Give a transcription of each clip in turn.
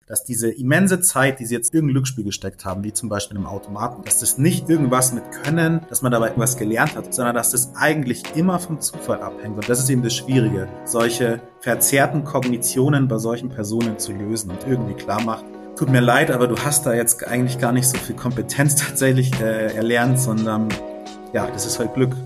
dass diese immense Zeit, die sie jetzt in irgendein Glücksspiel gesteckt haben, wie zum Beispiel im Automaten, dass das nicht irgendwas mit Können, dass man dabei irgendwas gelernt hat, sondern dass das eigentlich immer vom Zufall abhängt. Und das ist eben das Schwierige, solche verzerrten Kognitionen bei solchen Personen zu lösen und irgendwie klar macht, tut mir leid, aber du hast da jetzt eigentlich gar nicht so viel Kompetenz tatsächlich erlernt, sondern ja, das ist halt Glück.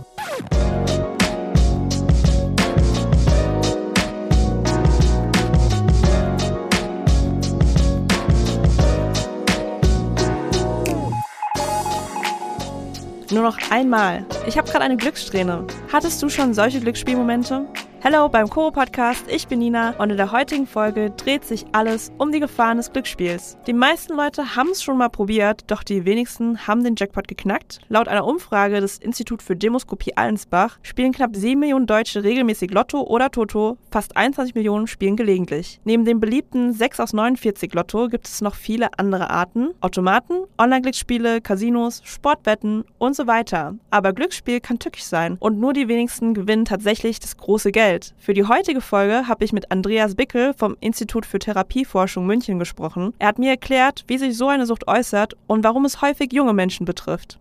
Nur noch einmal. Ich habe gerade eine Glückssträhne. Hattest du schon solche Glücksspielmomente? Hallo beim Koro-Podcast, ich bin Nina und in der heutigen Folge dreht sich alles um die Gefahren des Glücksspiels. Die meisten Leute haben es schon mal probiert, doch die wenigsten haben den Jackpot geknackt. Laut einer Umfrage des Institut für Demoskopie Allensbach spielen knapp 7 Millionen Deutsche regelmäßig Lotto oder Toto, fast 21 Millionen spielen gelegentlich. Neben dem beliebten 6 aus 49 Lotto gibt es noch viele andere Arten: Automaten, Online-Glücksspiele, Casinos, Sportwetten und so weiter. Aber Glücksspiel kann tückisch sein und nur die wenigsten gewinnen tatsächlich das große Geld. Für die heutige Folge habe ich mit Andreas Bickel vom Institut für Therapieforschung München gesprochen. Er hat mir erklärt, wie sich so eine Sucht äußert und warum es häufig junge Menschen betrifft.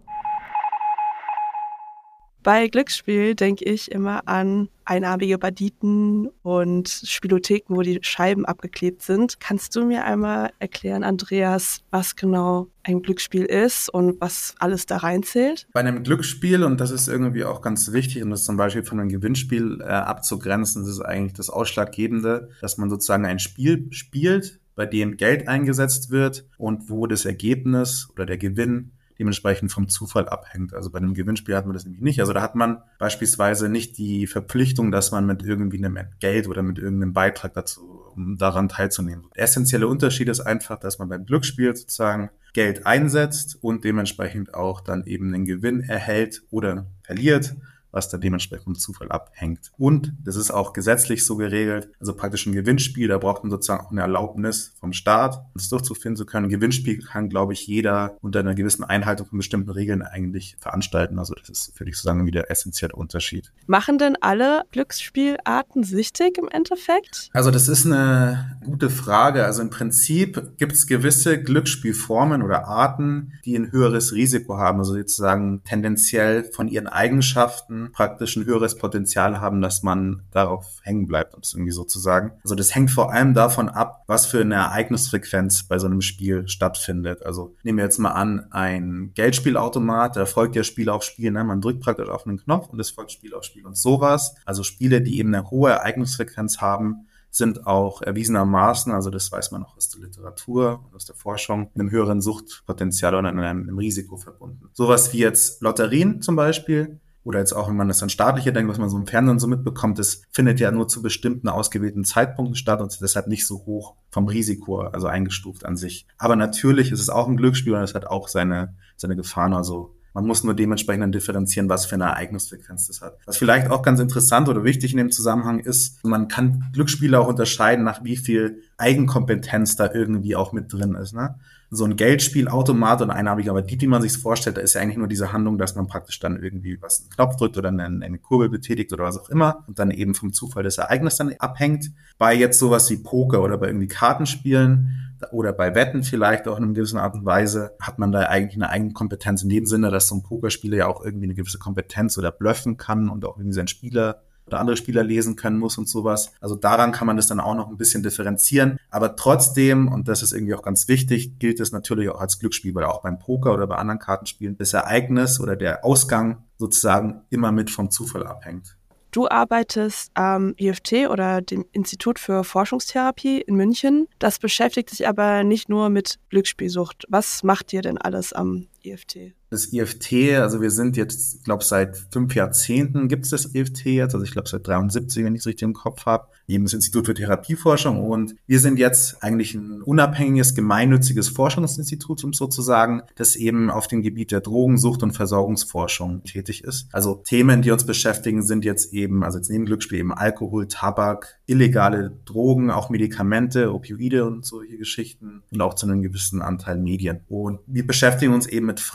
Bei Glücksspiel denke ich immer an einarmige Banditen und Spielotheken, wo die Scheiben abgeklebt sind. Kannst du mir einmal erklären, Andreas, was genau ein Glücksspiel ist und was alles da reinzählt? Bei einem Glücksspiel, und das ist irgendwie auch ganz wichtig, und das zum Beispiel von einem Gewinnspiel abzugrenzen, das ist eigentlich das Ausschlaggebende, dass man sozusagen ein Spiel spielt, bei dem Geld eingesetzt wird und wo das Ergebnis oder der Gewinn dementsprechend vom Zufall abhängt. Also bei einem Gewinnspiel hat man das nämlich nicht. Also da hat man beispielsweise nicht die Verpflichtung, dass man mit irgendwie einem Geld oder mit irgendeinem Beitrag dazu, um daran teilzunehmen. Der essentielle Unterschied ist einfach, dass man beim Glücksspiel sozusagen Geld einsetzt und dementsprechend auch dann eben einen Gewinn erhält oder verliert, was dann dementsprechend vom Zufall abhängt. Und das ist auch gesetzlich so geregelt, also praktisch ein Gewinnspiel, da braucht man sozusagen auch eine Erlaubnis vom Staat, um es durchzuführen zu können. Ein Gewinnspiel kann, glaube ich, jeder unter einer gewissen Einhaltung von bestimmten Regeln eigentlich veranstalten. Also das ist, würde ich sagen, wieder essentieller Unterschied. Machen denn alle Glücksspielarten süchtig im Endeffekt? Also das ist eine gute Frage. Also im Prinzip gibt es gewisse Glücksspielformen oder Arten, die ein höheres Risiko haben, also sozusagen tendenziell von ihren Eigenschaften praktisch ein höheres Potenzial haben, dass man darauf hängen bleibt, um es irgendwie so zu sagen. Also das hängt vor allem davon ab, was für eine Ereignisfrequenz bei so einem Spiel stattfindet. Also nehmen wir jetzt mal an, ein Geldspielautomat, da folgt ja Spiel auf Spiel, ne? Man drückt praktisch auf einen Knopf und es folgt Spiel auf Spiel und sowas. Also Spiele, die eben eine hohe Ereignisfrequenz haben, sind auch erwiesenermaßen, also das weiß man auch aus der Literatur und aus der Forschung, mit einem höheren Suchtpotenzial oder einem Risiko verbunden. Sowas wie jetzt Lotterien zum Beispiel, oder jetzt auch, wenn man das an staatliche denkt, was man so im Fernsehen so mitbekommt, das findet ja nur zu bestimmten ausgewählten Zeitpunkten statt und ist deshalb nicht so hoch vom Risiko, also eingestuft an sich. Aber natürlich ist es auch ein Glücksspiel und es hat auch seine Gefahren. Also man muss nur dementsprechend dann differenzieren, was für eine Ereignisfrequenz das hat. Was vielleicht auch ganz interessant oder wichtig in dem Zusammenhang ist, man kann Glücksspiele auch unterscheiden, nach wie viel Eigenkompetenz da irgendwie auch mit drin ist, ne? So ein Geldspielautomat oder einarmiger Bandit, wie man sich vorstellt, da ist ja eigentlich nur diese Handlung, dass man praktisch dann irgendwie einen Knopf drückt oder eine Kurbel betätigt oder was auch immer und dann eben vom Zufall des Ereignisses dann abhängt. Bei jetzt sowas wie Poker oder bei irgendwie Kartenspielen oder bei Wetten vielleicht auch in einer gewissen Art und Weise hat man da eigentlich eine Eigenkompetenz in dem Sinne, dass so ein Pokerspieler ja auch irgendwie eine gewisse Kompetenz oder bluffen kann und auch irgendwie seinen Spieler oder andere Spieler lesen können muss und sowas. Also daran kann man das dann auch noch ein bisschen differenzieren. Aber trotzdem, und das ist irgendwie auch ganz wichtig, gilt es natürlich auch als Glücksspiel, weil auch beim Poker oder bei anderen Kartenspielen das Ereignis oder der Ausgang sozusagen immer mit vom Zufall abhängt. Du arbeitest am IFT oder dem Institut für Forschungstherapie in München. Das beschäftigt sich aber nicht nur mit Glücksspielsucht. Was macht ihr denn alles am IFT? Das IFT, also wir sind jetzt, ich glaube, seit 5 Jahrzehnten gibt es das IFT jetzt, also ich glaube seit 73, wenn ich es richtig im Kopf habe, eben das Institut für Therapieforschung, und wir sind jetzt eigentlich ein unabhängiges, gemeinnütziges Forschungsinstitut, um es so zu sagen, das eben auf dem Gebiet der Drogensucht und Versorgungsforschung tätig ist. Also Themen, die uns beschäftigen, sind jetzt eben, also jetzt neben Glücksspiel eben Alkohol, Tabak, illegale Drogen, auch Medikamente, Opioide und solche Geschichten und auch zu einem gewissen Anteil Medien. Und wir beschäftigen uns eben mit Fragen um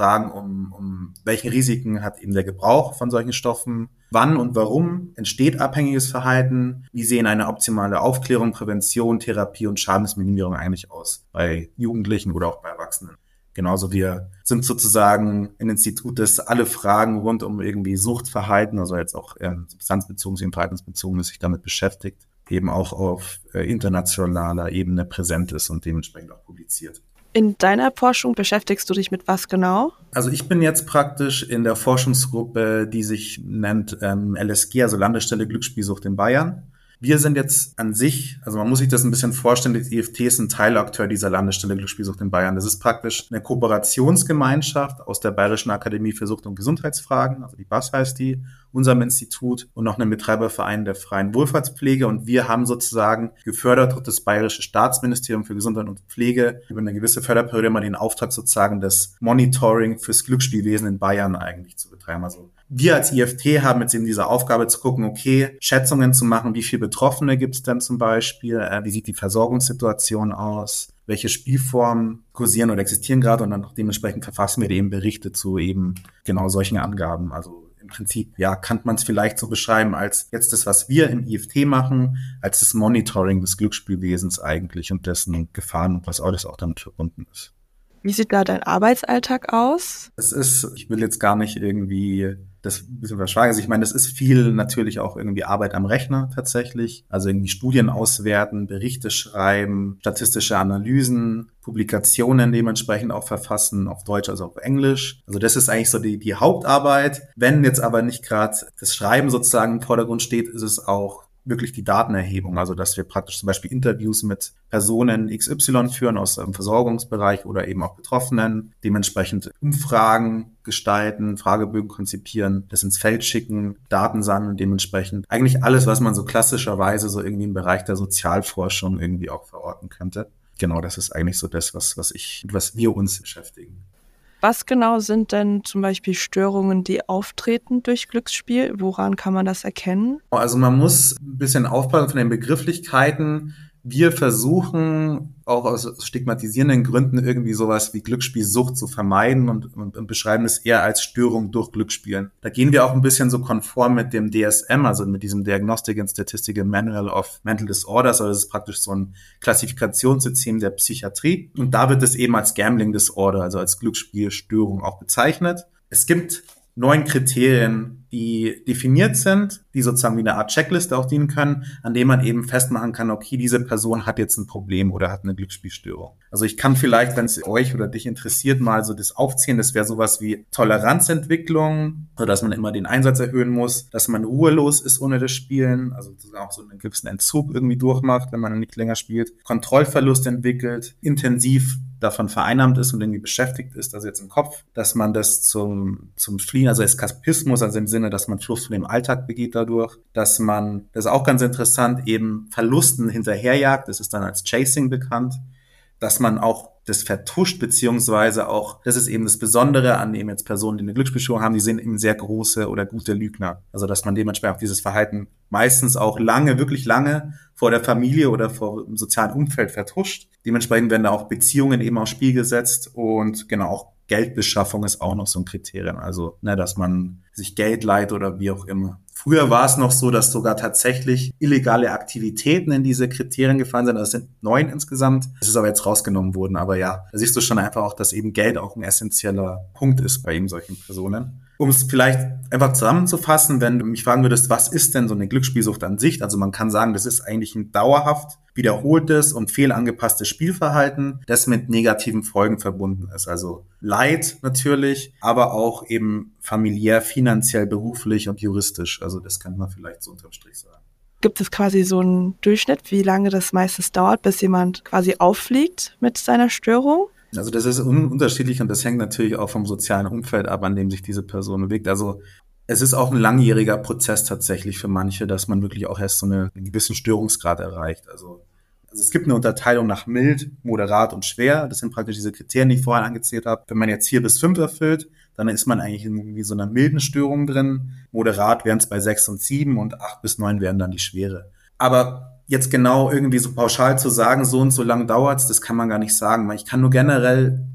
um welche Risiken hat eben der Gebrauch von solchen Stoffen, wann und warum entsteht abhängiges Verhalten, wie sehen eine optimale Aufklärung, Prävention, Therapie und Schadensminimierung eigentlich aus bei Jugendlichen oder auch bei Erwachsenen. Genauso wir sind sozusagen ein Institut, das alle Fragen rund um irgendwie Suchtverhalten, also jetzt auch substanzbezogenes und verhaltensbezogenes sich damit beschäftigt, eben auch auf internationaler Ebene präsent ist und dementsprechend auch publiziert. In deiner Forschung beschäftigst du dich mit was genau? Also ich bin jetzt praktisch in der Forschungsgruppe, die sich nennt LSG, also Landesstelle Glücksspielsucht in Bayern. Wir sind jetzt an sich, also man muss sich das ein bisschen vorstellen, die IFT ist ein Teilakteur dieser Landesstelle Glücksspielsucht in Bayern. Das ist praktisch eine Kooperationsgemeinschaft aus der Bayerischen Akademie für Sucht- und Gesundheitsfragen, also die BAS heißt die, unserem Institut und noch einem Betreiberverein der freien Wohlfahrtspflege. Und wir haben sozusagen gefördert durch das Bayerische Staatsministerium für Gesundheit und Pflege über eine gewisse Förderperiode immer den Auftrag sozusagen, das Monitoring fürs Glücksspielwesen in Bayern eigentlich zu betreiben. Also wir als IFT haben jetzt eben diese Aufgabe zu gucken, okay, Schätzungen zu machen, wie viele Betroffene gibt es denn zum Beispiel, wie sieht die Versorgungssituation aus, welche Spielformen kursieren oder existieren gerade und dann auch dementsprechend verfassen wir eben Berichte zu eben genau solchen Angaben. Also im Prinzip, ja, kann man es vielleicht so beschreiben als jetzt das, was wir im IFT machen, als das Monitoring des Glücksspielwesens eigentlich und dessen Gefahren und was alles auch damit verbunden ist. Wie sieht da dein Arbeitsalltag aus? Es ist, ich will jetzt gar nicht irgendwie das ein bisschen verschweigen. Also ich meine, das ist viel natürlich auch irgendwie Arbeit am Rechner tatsächlich. Also irgendwie Studien auswerten, Berichte schreiben, statistische Analysen, Publikationen dementsprechend auch verfassen, auf Deutsch, also auf Englisch. Also das ist eigentlich so die Hauptarbeit. Wenn jetzt aber nicht gerade das Schreiben sozusagen im Vordergrund steht, ist es auch wirklich die Datenerhebung, also dass wir praktisch zum Beispiel Interviews mit Personen XY führen aus dem Versorgungsbereich oder eben auch Betroffenen, dementsprechend Umfragen gestalten, Fragebögen konzipieren, das ins Feld schicken, Daten sammeln, dementsprechend eigentlich alles, was man so klassischerweise so irgendwie im Bereich der Sozialforschung irgendwie auch verorten könnte. Genau, das ist eigentlich so das, was wir uns beschäftigen. Was genau sind denn zum Beispiel Störungen, die auftreten durch Glücksspiel? Woran kann man das erkennen? Also man muss ein bisschen aufpassen von den Begrifflichkeiten. Wir versuchen auch aus stigmatisierenden Gründen irgendwie sowas wie Glücksspielsucht zu vermeiden und beschreiben es eher als Störung durch Glücksspielen. Da gehen wir auch ein bisschen so konform mit dem DSM, also mit diesem Diagnostic and Statistical Manual of Mental Disorders. Also das ist praktisch so ein Klassifikationssystem der Psychiatrie. Und da wird es eben als Gambling Disorder, also als Glücksspielstörung auch bezeichnet. Es gibt 9 Kriterien, die definiert sind, die sozusagen wie eine Art Checkliste auch dienen können, an dem man eben festmachen kann, okay, diese Person hat jetzt ein Problem oder hat eine Glücksspielstörung. Also ich kann vielleicht, wenn es euch oder dich interessiert, mal so das aufzählen. Das wäre sowas wie Toleranzentwicklung, so dass man immer den Einsatz erhöhen muss, dass man ruhelos ist ohne das Spielen, also auch so einen gewissen Entzug irgendwie durchmacht, wenn man nicht länger spielt, Kontrollverlust entwickelt, intensiv davon vereinnahmt ist und irgendwie beschäftigt ist, also jetzt im Kopf, dass man das zum Fliehen, also Eskapismus, also im Sinne, dass man Flucht von dem Alltag begeht dadurch, dass man, das ist auch ganz interessant, eben Verlusten hinterherjagt, das ist dann als Chasing bekannt, dass man auch das vertuscht, beziehungsweise auch, das ist eben das Besondere an eben jetzt Personen, die eine Glücksspielstörung haben, die sind eben sehr große oder gute Lügner. Also dass man dementsprechend auch dieses Verhalten meistens auch lange, wirklich lange vor der Familie oder vor dem sozialen Umfeld vertuscht. Dementsprechend werden da auch Beziehungen eben aufs Spiel gesetzt und genau auch Geldbeschaffung ist auch noch so ein Kriterium. Also, dass man sich Geld leiht oder wie auch immer. Früher war es noch so, dass sogar tatsächlich illegale Aktivitäten in diese Kriterien gefallen sind. Das sind 9 insgesamt. Das ist aber jetzt rausgenommen worden. Aber ja, da siehst du schon einfach auch, dass eben Geld auch ein essentieller Punkt ist bei eben solchen Personen. Um es vielleicht einfach zusammenzufassen, wenn du mich fragen würdest, was ist denn so eine Glücksspielsucht an sich? Also man kann sagen, das ist eigentlich ein dauerhaft wiederholtes und fehlangepasste Spielverhalten, das mit negativen Folgen verbunden ist. Also Leid natürlich, aber auch eben familiär, finanziell, beruflich und juristisch. Also das kann man vielleicht so unterm Strich sagen. Gibt es quasi so einen Durchschnitt, wie lange das meistens dauert, bis jemand quasi auffliegt mit seiner Störung? Also das ist unterschiedlich und das hängt natürlich auch vom sozialen Umfeld ab, an dem sich diese Person bewegt. Also es ist auch ein langjähriger Prozess tatsächlich für manche, dass man wirklich auch erst so einen gewissen Störungsgrad erreicht. Also es gibt eine Unterteilung nach mild, moderat und schwer. Das sind praktisch diese Kriterien, die ich vorhin angezählt habe. Wenn man jetzt 4 bis 5 erfüllt, dann ist man eigentlich in so einer milden Störung drin. Moderat wären es bei 6 und 7 und 8 bis 9 wären dann die schwere. Aber jetzt genau irgendwie so pauschal zu sagen, so und so lang dauert's, das kann man gar nicht sagen. Ich kann nur generell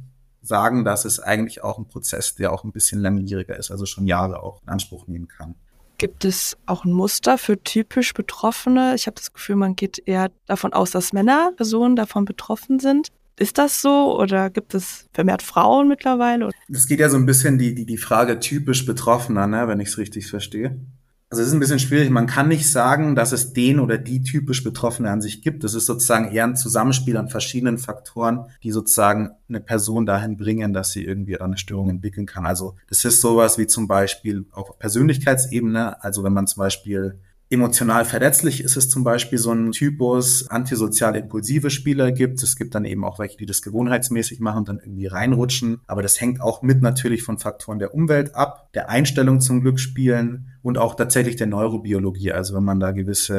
sagen, dass es eigentlich auch ein Prozess, der auch ein bisschen langwieriger ist, also schon Jahre auch in Anspruch nehmen kann. Gibt es auch ein Muster für typisch Betroffene? Ich habe das Gefühl, man geht eher davon aus, dass Personen davon betroffen sind. Ist das so oder gibt es vermehrt Frauen mittlerweile? Es geht ja so ein bisschen die Frage typisch Betroffener, ne, wenn ich es richtig verstehe. Also es ist ein bisschen schwierig. Man kann nicht sagen, dass es den oder die typisch Betroffene an sich gibt. Das ist sozusagen eher ein Zusammenspiel an verschiedenen Faktoren, die sozusagen eine Person dahin bringen, dass sie irgendwie eine Störung entwickeln kann. Also das ist sowas wie zum Beispiel auf Persönlichkeitsebene. Also wenn man zum Beispiel emotional verletzlich ist, es zum Beispiel so ein Typus antisozial impulsive Spieler gibt. Es gibt dann eben auch welche, die das gewohnheitsmäßig machen und dann irgendwie reinrutschen. Aber das hängt auch mit natürlich von Faktoren der Umwelt ab, der Einstellung zum Glücksspielen und auch tatsächlich der Neurobiologie. Also wenn man da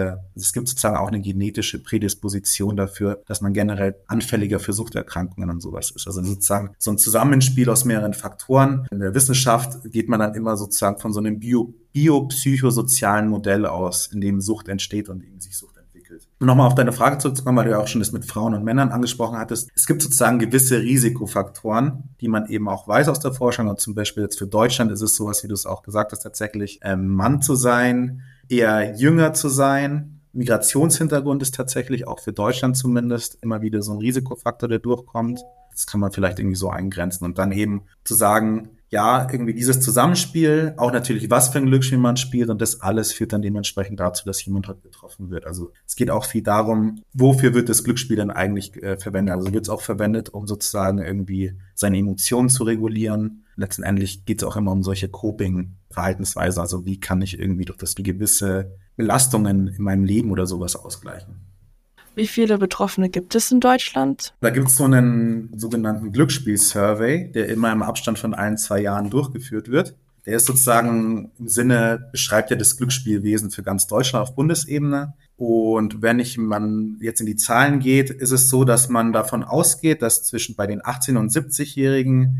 es gibt sozusagen auch eine genetische Prädisposition dafür, dass man generell anfälliger für Suchterkrankungen und sowas ist. Also sozusagen so ein Zusammenspiel aus mehreren Faktoren. In der Wissenschaft geht man dann immer sozusagen von so einem biopsychosozialen Modell aus, in dem Sucht entsteht und eben sich Sucht entwickelt. Und nochmal auf deine Frage zurückzukommen, weil du ja auch schon das mit Frauen und Männern angesprochen hattest. Es gibt sozusagen gewisse Risikofaktoren, die man eben auch weiß aus der Forschung. Und zum Beispiel jetzt für Deutschland ist es sowas, wie du es auch gesagt hast, tatsächlich Mann zu sein, eher jünger zu sein. Migrationshintergrund ist tatsächlich auch für Deutschland zumindest immer wieder so ein Risikofaktor, der durchkommt. Das kann man vielleicht irgendwie so eingrenzen und dann eben zu sagen, ja, irgendwie dieses Zusammenspiel, auch natürlich, was für ein Glücksspiel man spielt und das alles führt dann dementsprechend dazu, dass jemand halt betroffen wird. Also es geht auch viel darum, wofür wird das Glücksspiel dann eigentlich verwendet? Also wird es auch verwendet, um sozusagen irgendwie seine Emotionen zu regulieren. Letztendlich geht es auch immer um solche Coping-Verhaltensweisen. Also wie kann ich irgendwie durch das gewisse Belastungen in meinem Leben oder sowas ausgleichen? Wie viele Betroffene gibt es in Deutschland? Da gibt es so einen sogenannten Glücksspiel-Survey, der immer im Abstand von 2 Jahren durchgeführt wird. Der ist sozusagen im Sinne, beschreibt ja das Glücksspielwesen für ganz Deutschland auf Bundesebene. Und wenn man jetzt in die Zahlen geht, ist es so, dass man davon ausgeht, dass bei den 18- und 70-Jährigen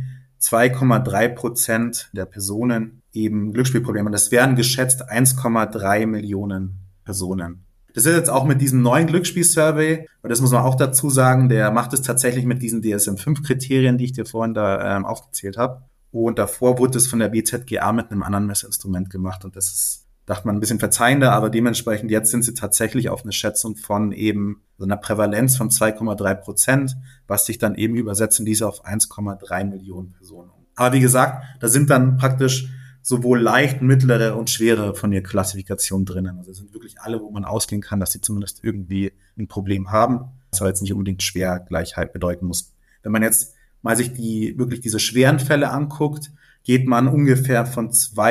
2,3% der Personen eben Glücksspielprobleme haben. Das wären geschätzt 1,3 Millionen Personen. Das ist jetzt auch mit diesem neuen Glücksspiel-Survey, und das muss man auch dazu sagen, der macht es tatsächlich mit diesen DSM-5-Kriterien, die ich dir vorhin da aufgezählt habe. Und davor wurde es von der BZGA mit einem anderen Messinstrument gemacht und das ist, dachte man, ein bisschen verzeihender, aber dementsprechend jetzt sind sie tatsächlich auf eine Schätzung von eben so einer Prävalenz von 2,3%, was sich dann eben übersetzt in diese auf 1,3 Millionen Personen. Aber wie gesagt, da sind dann praktisch sowohl leicht, mittlere und schwere von der Klassifikation drinnen. Also es sind wirklich alle, wo man ausgehen kann, dass sie zumindest irgendwie ein Problem haben. Das aber jetzt nicht unbedingt Schwergleichheit bedeuten muss. Wenn man jetzt mal sich wirklich diese schweren Fälle anguckt, geht man ungefähr von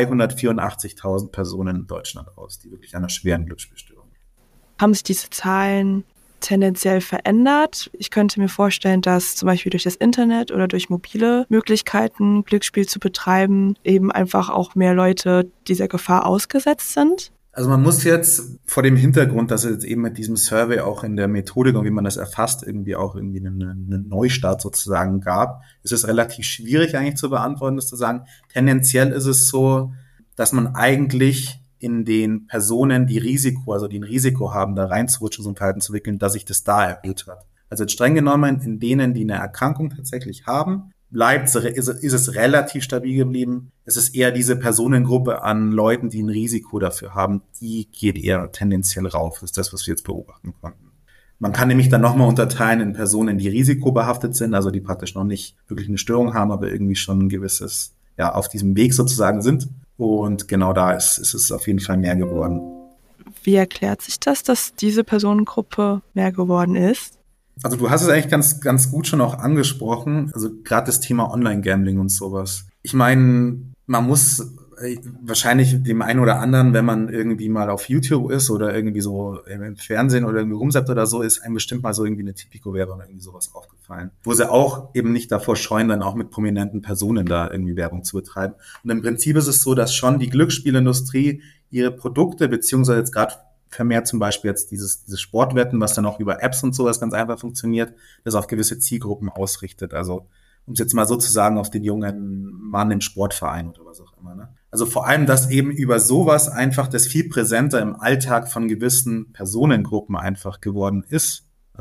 284.000 Personen in Deutschland aus, die wirklich an einer schweren Glücksspielstörung haben. Haben sich diese Zahlen tendenziell verändert? Ich könnte mir vorstellen, dass zum Beispiel durch das Internet oder durch mobile Möglichkeiten, Glücksspiel zu betreiben, eben einfach auch mehr Leute dieser Gefahr ausgesetzt sind. Also man muss jetzt vor dem Hintergrund, dass es jetzt eben mit diesem Survey auch in der Methodik und wie man das erfasst, irgendwie auch irgendwie einen Neustart sozusagen gab, ist es relativ schwierig eigentlich zu beantworten, das zu sagen. Tendenziell ist es so, dass man eigentlich in den Personen, die ein Risiko haben, da reinzurutschen, so ein Verhalten zu entwickeln, dass sich das da erhöht hat. Also jetzt streng genommen, in denen, die eine Erkrankung tatsächlich haben, ist es relativ stabil geblieben. Es ist eher diese Personengruppe an Leuten, die ein Risiko dafür haben, die geht eher tendenziell rauf. Das ist das, was wir jetzt beobachten konnten. Man kann nämlich dann nochmal unterteilen in Personen, die risikobehaftet sind, also die praktisch noch nicht wirklich eine Störung haben, aber irgendwie schon ein gewisses, ja, auf diesem Weg sozusagen sind. Und genau da ist es auf jeden Fall mehr geworden. Wie erklärt sich das, dass diese Personengruppe mehr geworden ist? Also du hast es eigentlich ganz gut schon auch angesprochen. Also gerade das Thema Online-Gambling und sowas. Ich meine, man muss wahrscheinlich dem einen oder anderen, wenn man irgendwie mal auf YouTube ist oder irgendwie so im Fernsehen oder irgendwie rumsappt oder so, ist einem bestimmt mal so irgendwie eine Tipico-Werbung oder irgendwie sowas aufgefallen. Wo sie auch eben nicht davor scheuen, dann auch mit prominenten Personen da irgendwie Werbung zu betreiben. Und im Prinzip ist es so, dass schon die Glücksspielindustrie ihre Produkte, beziehungsweise jetzt gerade vermehrt zum Beispiel jetzt dieses Sportwetten, was dann auch über Apps und sowas ganz einfach funktioniert, das auf gewisse Zielgruppen ausrichtet. Also um es jetzt mal so zu sagen, auf den jungen Mann im Sportverein oder was auch immer. Ne? Also vor allem, dass eben über sowas einfach das viel präsenter im Alltag von gewissen Personengruppen einfach geworden ist.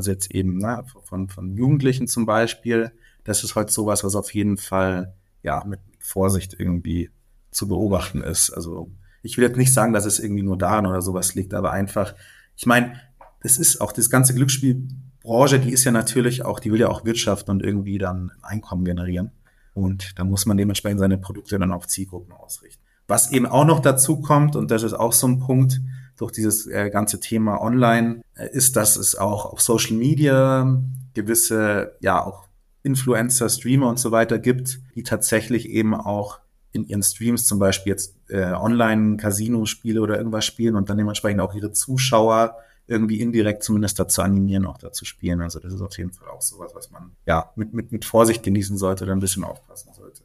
also jetzt eben von Jugendlichen zum Beispiel, das ist heute sowas, was auf jeden Fall ja mit Vorsicht irgendwie zu beobachten ist. Also ich will jetzt nicht sagen, dass es irgendwie nur daran oder sowas liegt, aber einfach, ich meine, es ist auch das ganze Glücksspielbranche, die ist ja natürlich auch, die will ja auch wirtschaften und irgendwie dann Einkommen generieren. Und da muss man dementsprechend seine Produkte dann auf Zielgruppen ausrichten. Was eben auch noch dazu kommt, und das ist auch so ein Punkt durch dieses ganze Thema Online, ist, dass es auch auf Social Media gewisse, ja auch Influencer, Streamer und so weiter gibt, die tatsächlich eben auch in ihren Streams zum Beispiel jetzt Online-Casino-Spiele oder irgendwas spielen und dann dementsprechend auch ihre Zuschauer irgendwie indirekt zumindest dazu animieren, auch da zu spielen. Also das ist auf jeden Fall auch sowas, was man ja mit Vorsicht genießen sollte oder ein bisschen aufpassen sollte.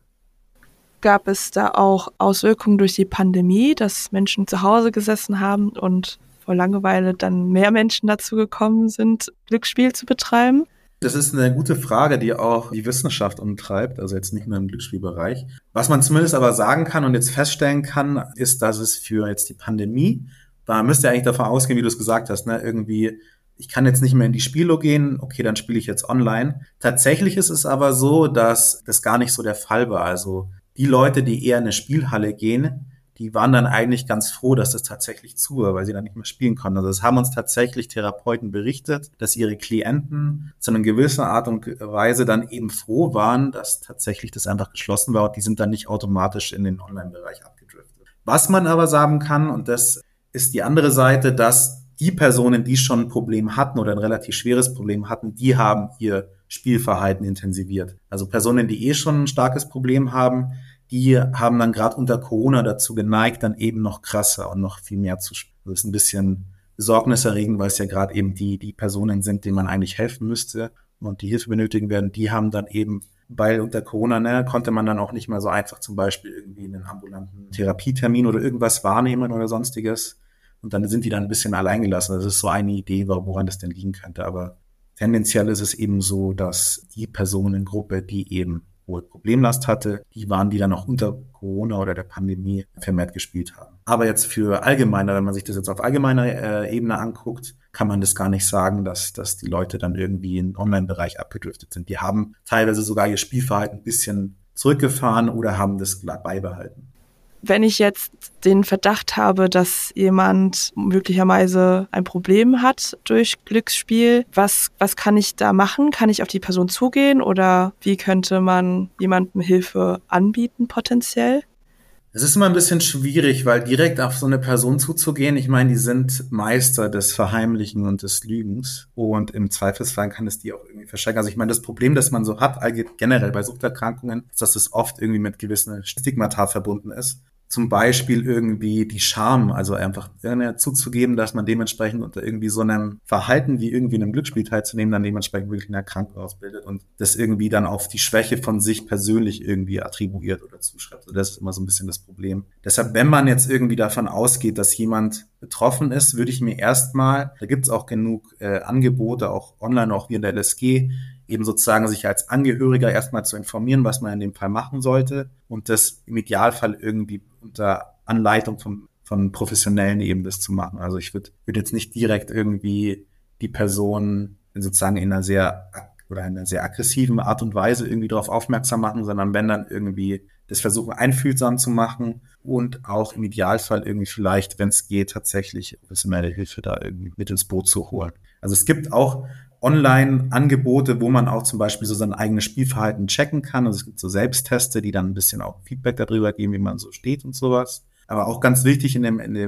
Gab es da auch Auswirkungen durch die Pandemie, dass Menschen zu Hause gesessen haben und vor Langeweile dann mehr Menschen dazu gekommen sind, Glücksspiel zu betreiben? Das ist eine gute Frage, die auch die Wissenschaft umtreibt, also jetzt nicht nur im Glücksspielbereich. Was man zumindest aber sagen kann und jetzt feststellen kann, ist, dass es für jetzt die Pandemie, da müsst ihr eigentlich davon ausgehen, wie du es gesagt hast, ne, irgendwie, ich kann jetzt nicht mehr in die Spielo gehen, okay, dann spiele ich jetzt online. Tatsächlich ist es aber so, dass das gar nicht so der Fall war. Also die Leute, die eher in eine Spielhalle gehen, die waren dann eigentlich ganz froh, dass das tatsächlich zu war, weil sie dann nicht mehr spielen konnten. Also es haben uns tatsächlich Therapeuten berichtet, dass ihre Klienten zu einer gewissen Art und Weise dann eben froh waren, dass tatsächlich das einfach geschlossen war und die sind dann nicht automatisch in den Online-Bereich abgedriftet. Was man aber sagen kann, und das ist die andere Seite, dass die Personen, die schon ein Problem hatten oder ein relativ schweres Problem hatten, die haben ihr Spielverhalten intensiviert. Also Personen, die schon ein starkes Problem haben, die haben dann gerade unter Corona dazu geneigt, dann eben noch krasser und noch viel mehr zu spielen. Das ist ein bisschen besorgniserregend, weil es ja gerade eben die Personen sind, denen man eigentlich helfen müsste und die Hilfe benötigen werden. Die haben dann eben, weil unter Corona, ne, konnte man dann auch nicht mal so einfach zum Beispiel irgendwie einen ambulanten Therapietermin oder irgendwas wahrnehmen oder sonstiges. Und dann sind die dann ein bisschen alleingelassen. Das ist so eine Idee, woran das denn liegen könnte. Aber tendenziell ist es eben so, dass die Personengruppe, die eben wohl Problemlast hatte, die waren, die dann auch unter Corona oder der Pandemie vermehrt gespielt haben. Aber jetzt für allgemeiner, wenn man sich das jetzt auf allgemeiner Ebene anguckt, kann man das gar nicht sagen, dass die Leute dann irgendwie in den Online-Bereich abgedriftet sind. Die haben teilweise sogar ihr Spielverhalten ein bisschen zurückgefahren oder haben das beibehalten. Wenn ich jetzt den Verdacht habe, dass jemand möglicherweise ein Problem hat durch Glücksspiel, was kann ich da machen? Kann ich auf die Person zugehen oder wie könnte man jemandem Hilfe anbieten potenziell? Es ist immer ein bisschen schwierig, weil direkt auf so eine Person zuzugehen, ich meine, die sind Meister des Verheimlichen und des Lügens und im Zweifelsfall kann es die auch irgendwie verstecken. Also ich meine, das Problem, das man so hat, generell bei Suchterkrankungen, ist, dass es oft irgendwie mit gewissen Stigmata verbunden ist. Zum Beispiel irgendwie die Scham, also einfach zuzugeben, dass man dementsprechend unter irgendwie so einem Verhalten wie irgendwie einem Glücksspiel teilzunehmen, dann dementsprechend wirklich eine Erkrankung ausbildet und das irgendwie dann auf die Schwäche von sich persönlich irgendwie attribuiert oder zuschreibt. Also das ist immer so ein bisschen das Problem. Deshalb, wenn man jetzt irgendwie davon ausgeht, dass jemand betroffen ist, würde ich mir erstmal, da gibt es auch genug Angebote, auch online, auch wie in der LSG, eben sozusagen sich als Angehöriger erstmal zu informieren, was man in dem Fall machen sollte und das im Idealfall irgendwie unter Anleitung von Professionellen eben das zu machen. Also ich würde jetzt nicht direkt irgendwie die Person sozusagen in einer sehr aggressiven Art und Weise irgendwie darauf aufmerksam machen, sondern wenn dann irgendwie das versuchen einfühlsam zu machen und auch im Idealfall irgendwie vielleicht, wenn es geht, tatsächlich professionelle Hilfe da irgendwie mit ins Boot zu holen. Also es gibt auch Online-Angebote, wo man auch zum Beispiel so sein eigenes Spielverhalten checken kann. Also es gibt so Selbstteste, die dann ein bisschen auch Feedback darüber geben, wie man so steht und sowas. Aber auch ganz wichtig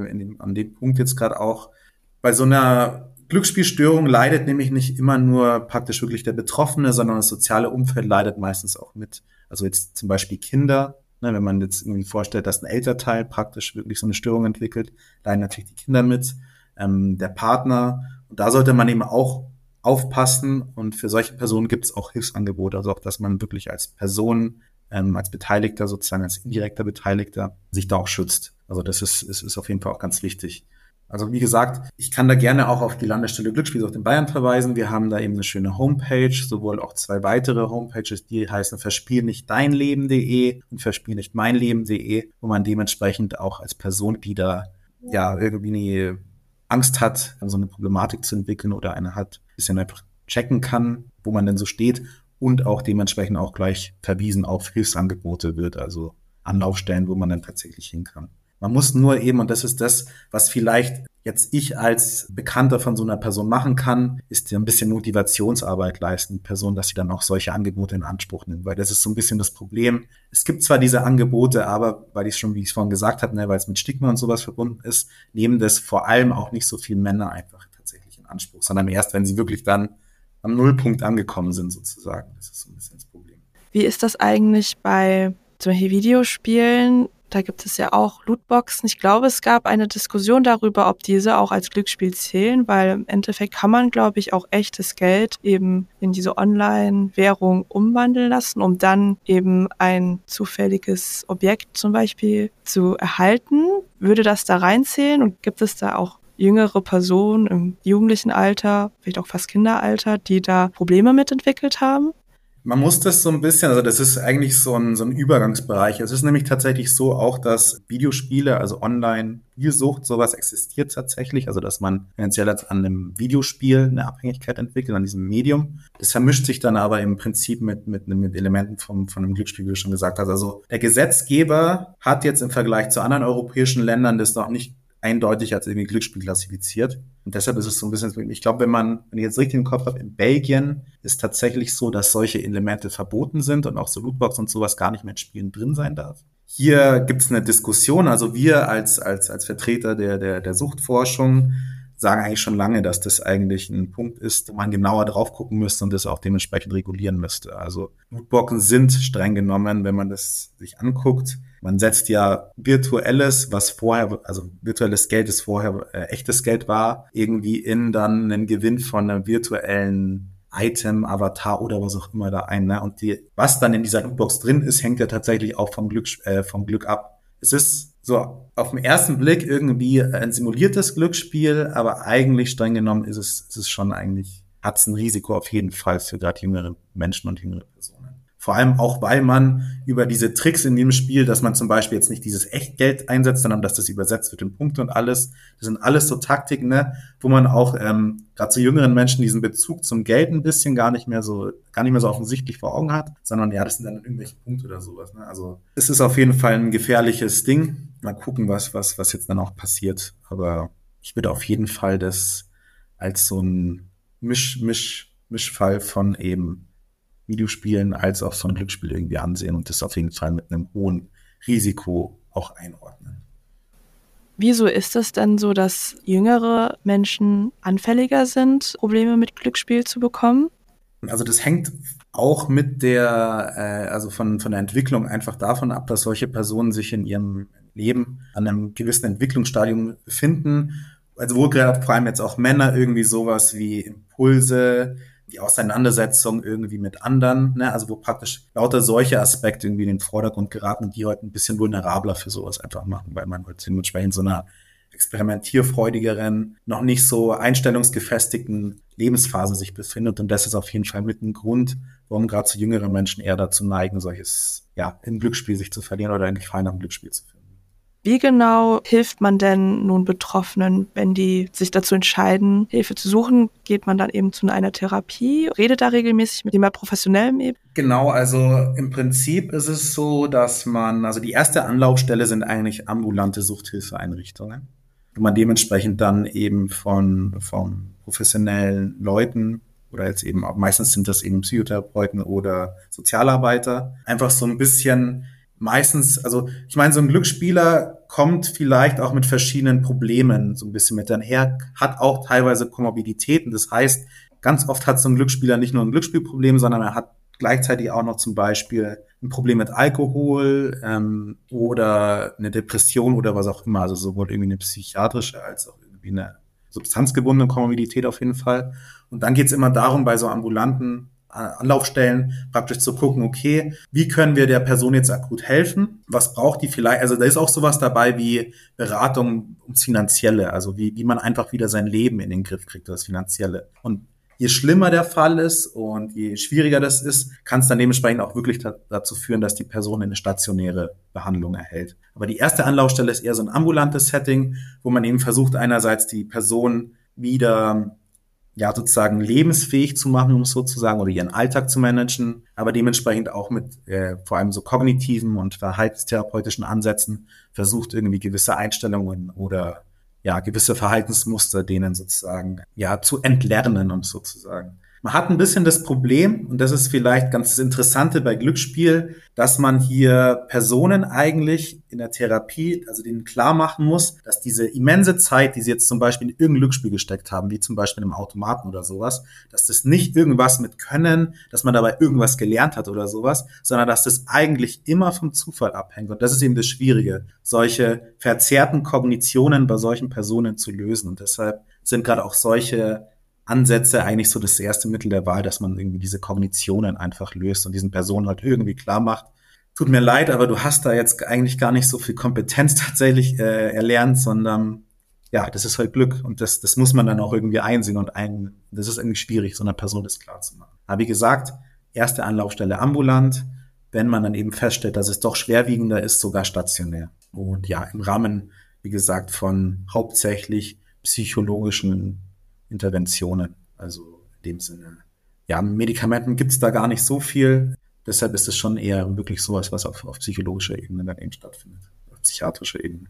an dem Punkt jetzt gerade auch, bei so einer Glücksspielstörung leidet nämlich nicht immer nur praktisch wirklich der Betroffene, sondern das soziale Umfeld leidet meistens auch mit. Also jetzt zum Beispiel Kinder, ne, wenn man jetzt irgendwie vorstellt, dass ein Elternteil praktisch wirklich so eine Störung entwickelt, leiden natürlich die Kinder mit, der Partner. Und da sollte man eben auch aufpassen und für solche Personen gibt es auch Hilfsangebote, also auch, dass man wirklich als Person, als Beteiligter sozusagen, als indirekter Beteiligter sich da auch schützt. Also das ist auf jeden Fall auch ganz wichtig. Also wie gesagt, ich kann da gerne auch auf die Landesstelle Glücksspielsucht in Bayern verweisen. Wir haben da eben eine schöne Homepage, sowohl auch 2 weitere Homepages, die heißen verspielnichtdeinleben.de und verspielnichtmeinleben.de, wo man dementsprechend auch als Person, die da ja irgendwie Angst hat, so eine Problematik zu entwickeln oder eine hat, ein bisschen einfach checken kann, wo man denn so steht und auch dementsprechend auch gleich verwiesen auf Hilfsangebote wird, also Anlaufstellen, wo man dann tatsächlich hin kann. Man muss nur eben, und das ist das, was vielleicht jetzt ich als Bekannter von so einer Person machen kann, ist ja ein bisschen Motivationsarbeit leisten, die Person, dass sie dann auch solche Angebote in Anspruch nimmt, weil das ist so ein bisschen das Problem. Es gibt zwar diese Angebote, aber weil ich schon, wie ich es vorhin gesagt habe, weil es mit Stigma und sowas verbunden ist, nehmen das vor allem auch nicht so viele Männer einfach tatsächlich in Anspruch, sondern erst, wenn sie wirklich dann am Nullpunkt angekommen sind sozusagen. Das ist so ein bisschen das Problem. Wie ist das eigentlich bei zum Beispiel Videospielen? Da gibt es ja auch Lootboxen. Ich glaube, es gab eine Diskussion darüber, ob diese auch als Glücksspiel zählen, weil im Endeffekt kann man, glaube ich, auch echtes Geld eben in diese Online-Währung umwandeln lassen, um dann eben ein zufälliges Objekt zum Beispiel zu erhalten. Würde das da reinzählen und gibt es da auch jüngere Personen im jugendlichen Alter, vielleicht auch fast Kinderalter, die da Probleme mit entwickelt haben? Man muss das so ein bisschen, also das ist eigentlich so ein Übergangsbereich. Es ist nämlich tatsächlich so auch, dass Videospiele, also Online-Spielsucht, sowas existiert tatsächlich. Also dass man finanziell an einem Videospiel eine Abhängigkeit entwickelt, an diesem Medium. Das vermischt sich dann aber im Prinzip mit Elementen von einem Glücksspiel, wie du schon gesagt hast. Also der Gesetzgeber hat jetzt im Vergleich zu anderen europäischen Ländern das noch nicht eindeutig als irgendwie Glücksspiel klassifiziert. Und deshalb ist es so ein bisschen, ich glaube, wenn ich jetzt richtig im Kopf habe, in Belgien ist tatsächlich so, dass solche Elemente verboten sind und auch so Lootbox und sowas gar nicht mehr in Spielen drin sein darf. Hier gibt es eine Diskussion, also wir als Vertreter der Suchtforschung sagen eigentlich schon lange, dass das eigentlich ein Punkt ist, wo man genauer drauf gucken müsste und das auch dementsprechend regulieren müsste. Also Lootboxen sind streng genommen, wenn man das sich anguckt. Man setzt ja virtuelles, also virtuelles Geld, das vorher echtes Geld war, irgendwie in dann einen Gewinn von einem virtuellen Item, Avatar oder was auch immer da ein. Ne? Und was dann in dieser Lootbox drin ist, hängt ja tatsächlich auch vom Glück ab. Es ist so auf den ersten Blick irgendwie ein simuliertes Glücksspiel, aber eigentlich streng genommen ist es schon eigentlich, hat es ein Risiko auf jeden Fall für gerade jüngere Menschen und jüngere Personen. Vor allem auch, weil man über diese Tricks in dem Spiel, dass man zum Beispiel jetzt nicht dieses Echtgeld einsetzt, sondern dass das übersetzt wird in Punkte und alles. Das sind alles so Taktiken, ne, wo man auch gerade zu jüngeren Menschen diesen Bezug zum Geld ein bisschen gar nicht mehr so offensichtlich vor Augen hat, sondern ja, das sind dann irgendwelche Punkte oder sowas. Ne? Also es ist auf jeden Fall ein gefährliches Ding. Mal gucken, was jetzt dann auch passiert. Aber ich würde auf jeden Fall das als so ein Mischfall von eben Videospielen als auch so ein Glücksspiel irgendwie ansehen und das auf jeden Fall mit einem hohen Risiko auch einordnen. Wieso ist es denn so, dass jüngere Menschen anfälliger sind, Probleme mit Glücksspiel zu bekommen? Also das hängt auch mit also von der Entwicklung einfach davon ab, dass solche Personen sich in ihrem Leben an einem gewissen Entwicklungsstadium befinden. Also wohl gerade vor allem jetzt auch Männer irgendwie sowas wie Impulse, die Auseinandersetzung irgendwie mit anderen, ne? Also wo praktisch lauter solche Aspekte irgendwie in den Vordergrund geraten, die heute ein bisschen vulnerabler für sowas einfach machen, weil man heute dementsprechend so einer experimentierfreudigeren, noch nicht so einstellungsgefestigten Lebensphase sich befindet. Und das ist auf jeden Fall mit ein Grund, warum gerade so jüngere Menschen eher dazu neigen, solches, ja, im Glücksspiel sich zu verlieren oder einen Gefallen am Glücksspiel zu finden. Wie genau hilft man denn nun Betroffenen, wenn die sich dazu entscheiden, Hilfe zu suchen? Geht man dann eben zu einer Therapie? Redet da regelmäßig mit jemand Professionellem eben? Genau, also im Prinzip ist es so, dass also die erste Anlaufstelle sind eigentlich ambulante Suchthilfeeinrichtungen, wo man dementsprechend dann eben von professionellen Leuten oder jetzt eben auch meistens sind das eben Psychotherapeuten oder Sozialarbeiter, einfach so ein bisschen meistens, also ich meine, so ein Glücksspieler kommt vielleicht auch mit verschiedenen Problemen so ein bisschen mit einher, hat auch teilweise Komorbiditäten. Das heißt, ganz oft hat so ein Glücksspieler nicht nur ein Glücksspielproblem, sondern er hat gleichzeitig auch noch zum Beispiel ein Problem mit Alkohol oder eine Depression oder was auch immer. Also sowohl irgendwie eine psychiatrische als auch irgendwie eine substanzgebundene Komorbidität auf jeden Fall. Und dann geht's immer darum, bei so ambulanten Anlaufstellen praktisch zu gucken, okay, wie können wir der Person jetzt akut helfen? Was braucht die vielleicht? Also da ist auch sowas dabei wie Beratung ums Finanzielle, also wie man einfach wieder sein Leben in den Griff kriegt, das Finanzielle. Und je schlimmer der Fall ist und je schwieriger das ist, kann es dann dementsprechend auch wirklich dazu führen, dass die Person eine stationäre Behandlung erhält. Aber die erste Anlaufstelle ist eher so ein ambulantes Setting, wo man eben versucht, einerseits die Person wieder ja, sozusagen lebensfähig zu machen, um es so zu sagen, oder ihren Alltag zu managen, aber dementsprechend auch mit vor allem so kognitiven und verhaltenstherapeutischen Ansätzen versucht, irgendwie gewisse Einstellungen oder ja, gewisse Verhaltensmuster denen sozusagen ja zu entlernen, um es so zu sagen. Man hat ein bisschen das Problem, und das ist vielleicht ganz das Interessante bei Glücksspiel, dass man hier Personen eigentlich in der Therapie, also denen klar machen muss, dass diese immense Zeit, die sie jetzt zum Beispiel in irgendein Glücksspiel gesteckt haben, wie zum Beispiel im Automaten oder sowas, dass das nicht irgendwas mit Können, dass man dabei irgendwas gelernt hat oder sowas, sondern dass das eigentlich immer vom Zufall abhängt. Und das ist eben das Schwierige, solche verzerrten Kognitionen bei solchen Personen zu lösen. Und deshalb sind gerade auch solche Ansätze eigentlich so das erste Mittel der Wahl, dass man irgendwie diese Kognitionen einfach löst und diesen Personen halt irgendwie klar macht, tut mir leid, aber du hast da jetzt eigentlich gar nicht so viel Kompetenz tatsächlich erlernt, sondern ja, das ist halt Glück und das muss man dann auch irgendwie einsehen und das ist irgendwie schwierig, so einer Person das klar zu machen. Aber wie gesagt, erste Anlaufstelle ambulant, wenn man dann eben feststellt, dass es doch schwerwiegender ist, sogar stationär. Und ja, im Rahmen, wie gesagt, von hauptsächlich psychologischen Interventionen. Also in dem Sinne. Ja, Medikamenten gibt's da gar nicht so viel. Deshalb ist es schon eher wirklich sowas, was auf psychologischer Ebene dann eben stattfindet. Auf psychiatrischer Ebene.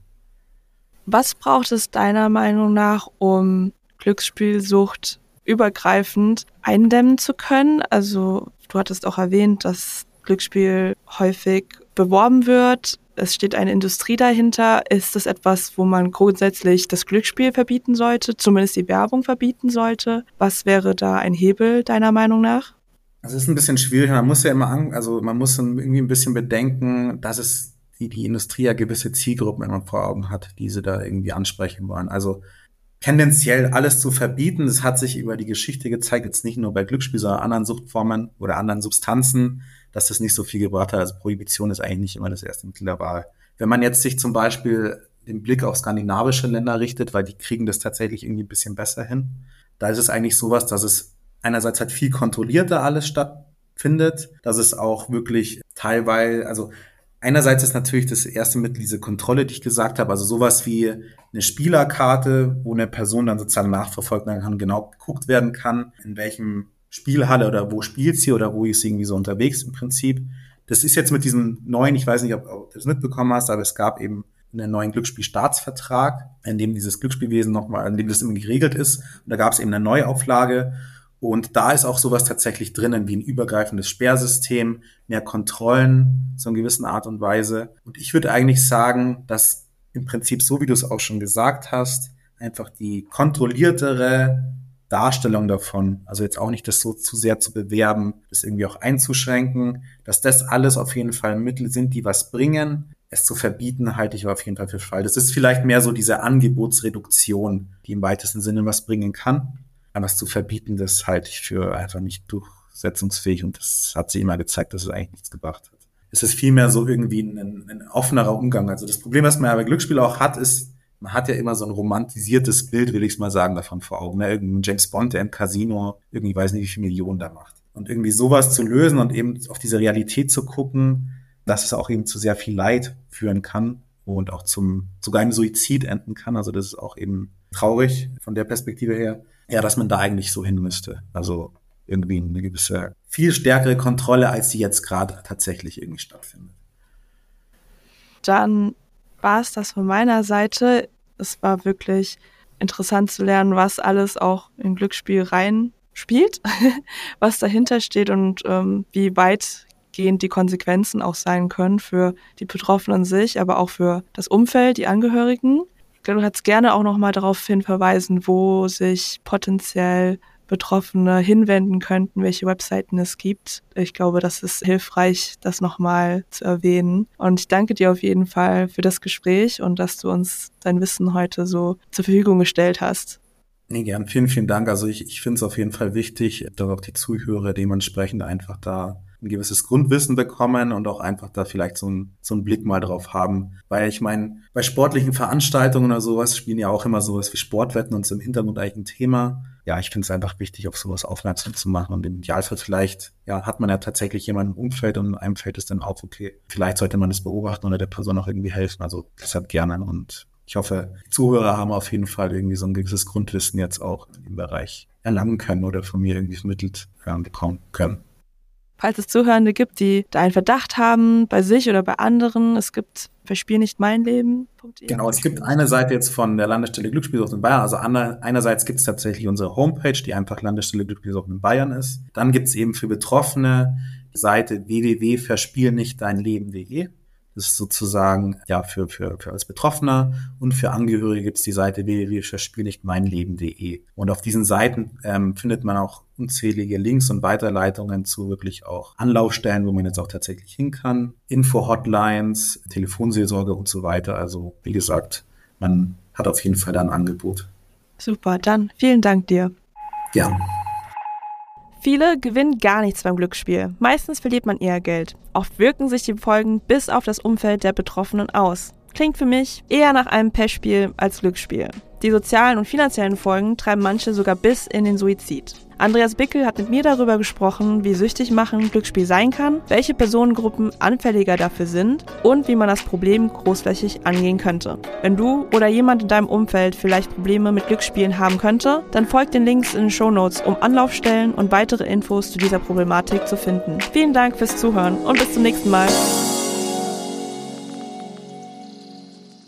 Was braucht es deiner Meinung nach, um Glücksspielsucht übergreifend eindämmen zu können? Also du hattest auch erwähnt, dass Glücksspiel häufig beworben wird. Es steht eine Industrie dahinter. Ist das etwas, wo man grundsätzlich das Glücksspiel verbieten sollte, zumindest die Werbung verbieten sollte? Was wäre da ein Hebel deiner Meinung nach? Also es ist ein bisschen schwierig. Man muss ja immer man muss dann irgendwie ein bisschen bedenken, dass es die Industrie ja gewisse Zielgruppen immer vor Augen hat, die sie da irgendwie ansprechen wollen. Also tendenziell alles zu verbieten, das hat sich über die Geschichte gezeigt, jetzt nicht nur bei Glücksspiel, sondern anderen Suchtformen oder anderen Substanzen, dass das nicht so viel gebracht hat. Also Prohibition ist eigentlich nicht immer das erste Mittel der Wahl. Wenn man jetzt sich zum Beispiel den Blick auf skandinavische Länder richtet, weil die kriegen das tatsächlich irgendwie ein bisschen besser hin, da ist es eigentlich sowas, dass es einerseits halt viel kontrollierter alles stattfindet, dass es auch wirklich teilweise, also einerseits ist natürlich das erste Mittel diese Kontrolle, die ich gesagt habe, also sowas wie eine Spielerkarte, wo eine Person dann sozusagen nachverfolgt werden kann, genau geguckt werden kann, in welchem Spielhalle oder wo spielt sie oder wo ist sie irgendwie so unterwegs im Prinzip. Das ist jetzt mit diesem neuen, ich weiß nicht, ob du das mitbekommen hast, aber es gab eben einen neuen Glücksspielstaatsvertrag, in dem dieses Glücksspielwesen nochmal, in dem das irgendwie geregelt ist. Und da gab es eben eine Neuauflage. Und da ist auch sowas tatsächlich drinnen, wie ein übergreifendes Sperrsystem, mehr Kontrollen, so in gewissen Art und Weise. Und ich würde eigentlich sagen, dass im Prinzip, so wie du es auch schon gesagt hast, einfach die kontrolliertere Darstellung davon, also jetzt auch nicht das so zu sehr zu bewerben, das irgendwie auch einzuschränken, dass das alles auf jeden Fall Mittel sind, die was bringen. Es zu verbieten, halte ich auf jeden Fall für falsch. Das ist vielleicht mehr so diese Angebotsreduktion, die im weitesten Sinne was bringen kann. Aber es zu verbieten, das halte ich für einfach nicht durchsetzungsfähig und das hat sich immer gezeigt, dass es eigentlich nichts gebracht hat. Es ist vielmehr so irgendwie ein offenerer Umgang. Also das Problem, was man ja bei Glücksspiel auch hat, ist, man hat ja immer so ein romantisiertes Bild, will ich es mal sagen, davon vor Augen. Ne? Irgendein James Bond, der im Casino irgendwie weiß nicht, wie viele Millionen da macht. Und irgendwie sowas zu lösen und eben auf diese Realität zu gucken, dass es auch eben zu sehr viel Leid führen kann und auch sogar im Suizid enden kann. Also das ist auch eben traurig von der Perspektive her. Ja, dass man da eigentlich so hin müsste. Also irgendwie eine gewisse, viel stärkere Kontrolle, als die jetzt gerade tatsächlich irgendwie stattfindet. Dann war es das von meiner Seite. Es war wirklich interessant zu lernen, was alles auch in Glücksspiel reinspielt, was dahinter steht und wie weitgehend die Konsequenzen auch sein können für die Betroffenen sich, aber auch für das Umfeld, die Angehörigen. Ich glaube, du kannst gerne auch nochmal darauf verweisen, wo sich potenziell Betroffene hinwenden könnten, welche Webseiten es gibt. Ich glaube, das ist hilfreich, das nochmal zu erwähnen. Und ich danke dir auf jeden Fall für das Gespräch und dass du uns dein Wissen heute so zur Verfügung gestellt hast. Nee, gern. Vielen, vielen Dank. Also ich finde es auf jeden Fall wichtig, dass auch die Zuhörer dementsprechend einfach da ein gewisses Grundwissen bekommen und auch einfach da vielleicht so einen Blick mal drauf haben. Weil ich meine, bei sportlichen Veranstaltungen oder sowas spielen ja auch immer sowas wie Sportwetten und so im Hintergrund eigentlich ein Thema. Ja, ich finde es einfach wichtig, auf sowas aufmerksam zu machen. Und im Idealfall vielleicht, ja, hat man ja tatsächlich jemanden im Umfeld und einem fällt es dann auf, okay, vielleicht sollte man das beobachten oder der Person auch irgendwie helfen. Also deshalb gerne. Und ich hoffe, die Zuhörer haben auf jeden Fall irgendwie so ein gewisses Grundwissen jetzt auch im Bereich erlangen können oder von mir irgendwie vermittelt bekommen können. Falls es Zuhörende gibt, die da einen Verdacht haben, bei sich oder bei anderen, es gibt Verspiel nicht mein Leben. Genau, es gibt eine Seite jetzt von der Landesstelle Glücksspielsucht in Bayern. Also einerseits gibt es tatsächlich unsere Homepage, die einfach Landesstelle Glücksspielsucht in Bayern ist. Dann gibt es eben für Betroffene die Seite www.verspielnichtdeinleben.de. Das ist sozusagen für als Betroffener, und für Angehörige gibt es die Seite www.verspielnichtmeinleben.de. Und auf diesen Seiten findet man auch unzählige Links und Weiterleitungen zu wirklich auch Anlaufstellen, wo man jetzt auch tatsächlich hin kann, Info-Hotlines, Telefonseelsorge und so weiter. Also wie gesagt, man hat auf jeden Fall da ein Angebot. Super, dann vielen Dank dir. Gern. Viele gewinnen gar nichts beim Glücksspiel. Meistens verliert man eher Geld. Oft wirken sich die Folgen bis auf das Umfeld der Betroffenen aus. Klingt für mich eher nach einem Pechspiel als Glücksspiel. Die sozialen und finanziellen Folgen treiben manche sogar bis in den Suizid. Andreas Bickel hat mit mir darüber gesprochen, wie süchtig machen Glücksspiel sein kann, welche Personengruppen anfälliger dafür sind und wie man das Problem großflächig angehen könnte. Wenn du oder jemand in deinem Umfeld vielleicht Probleme mit Glücksspielen haben könnte, dann folgt den Links in den Shownotes, um Anlaufstellen und weitere Infos zu dieser Problematik zu finden. Vielen Dank fürs Zuhören und bis zum nächsten Mal.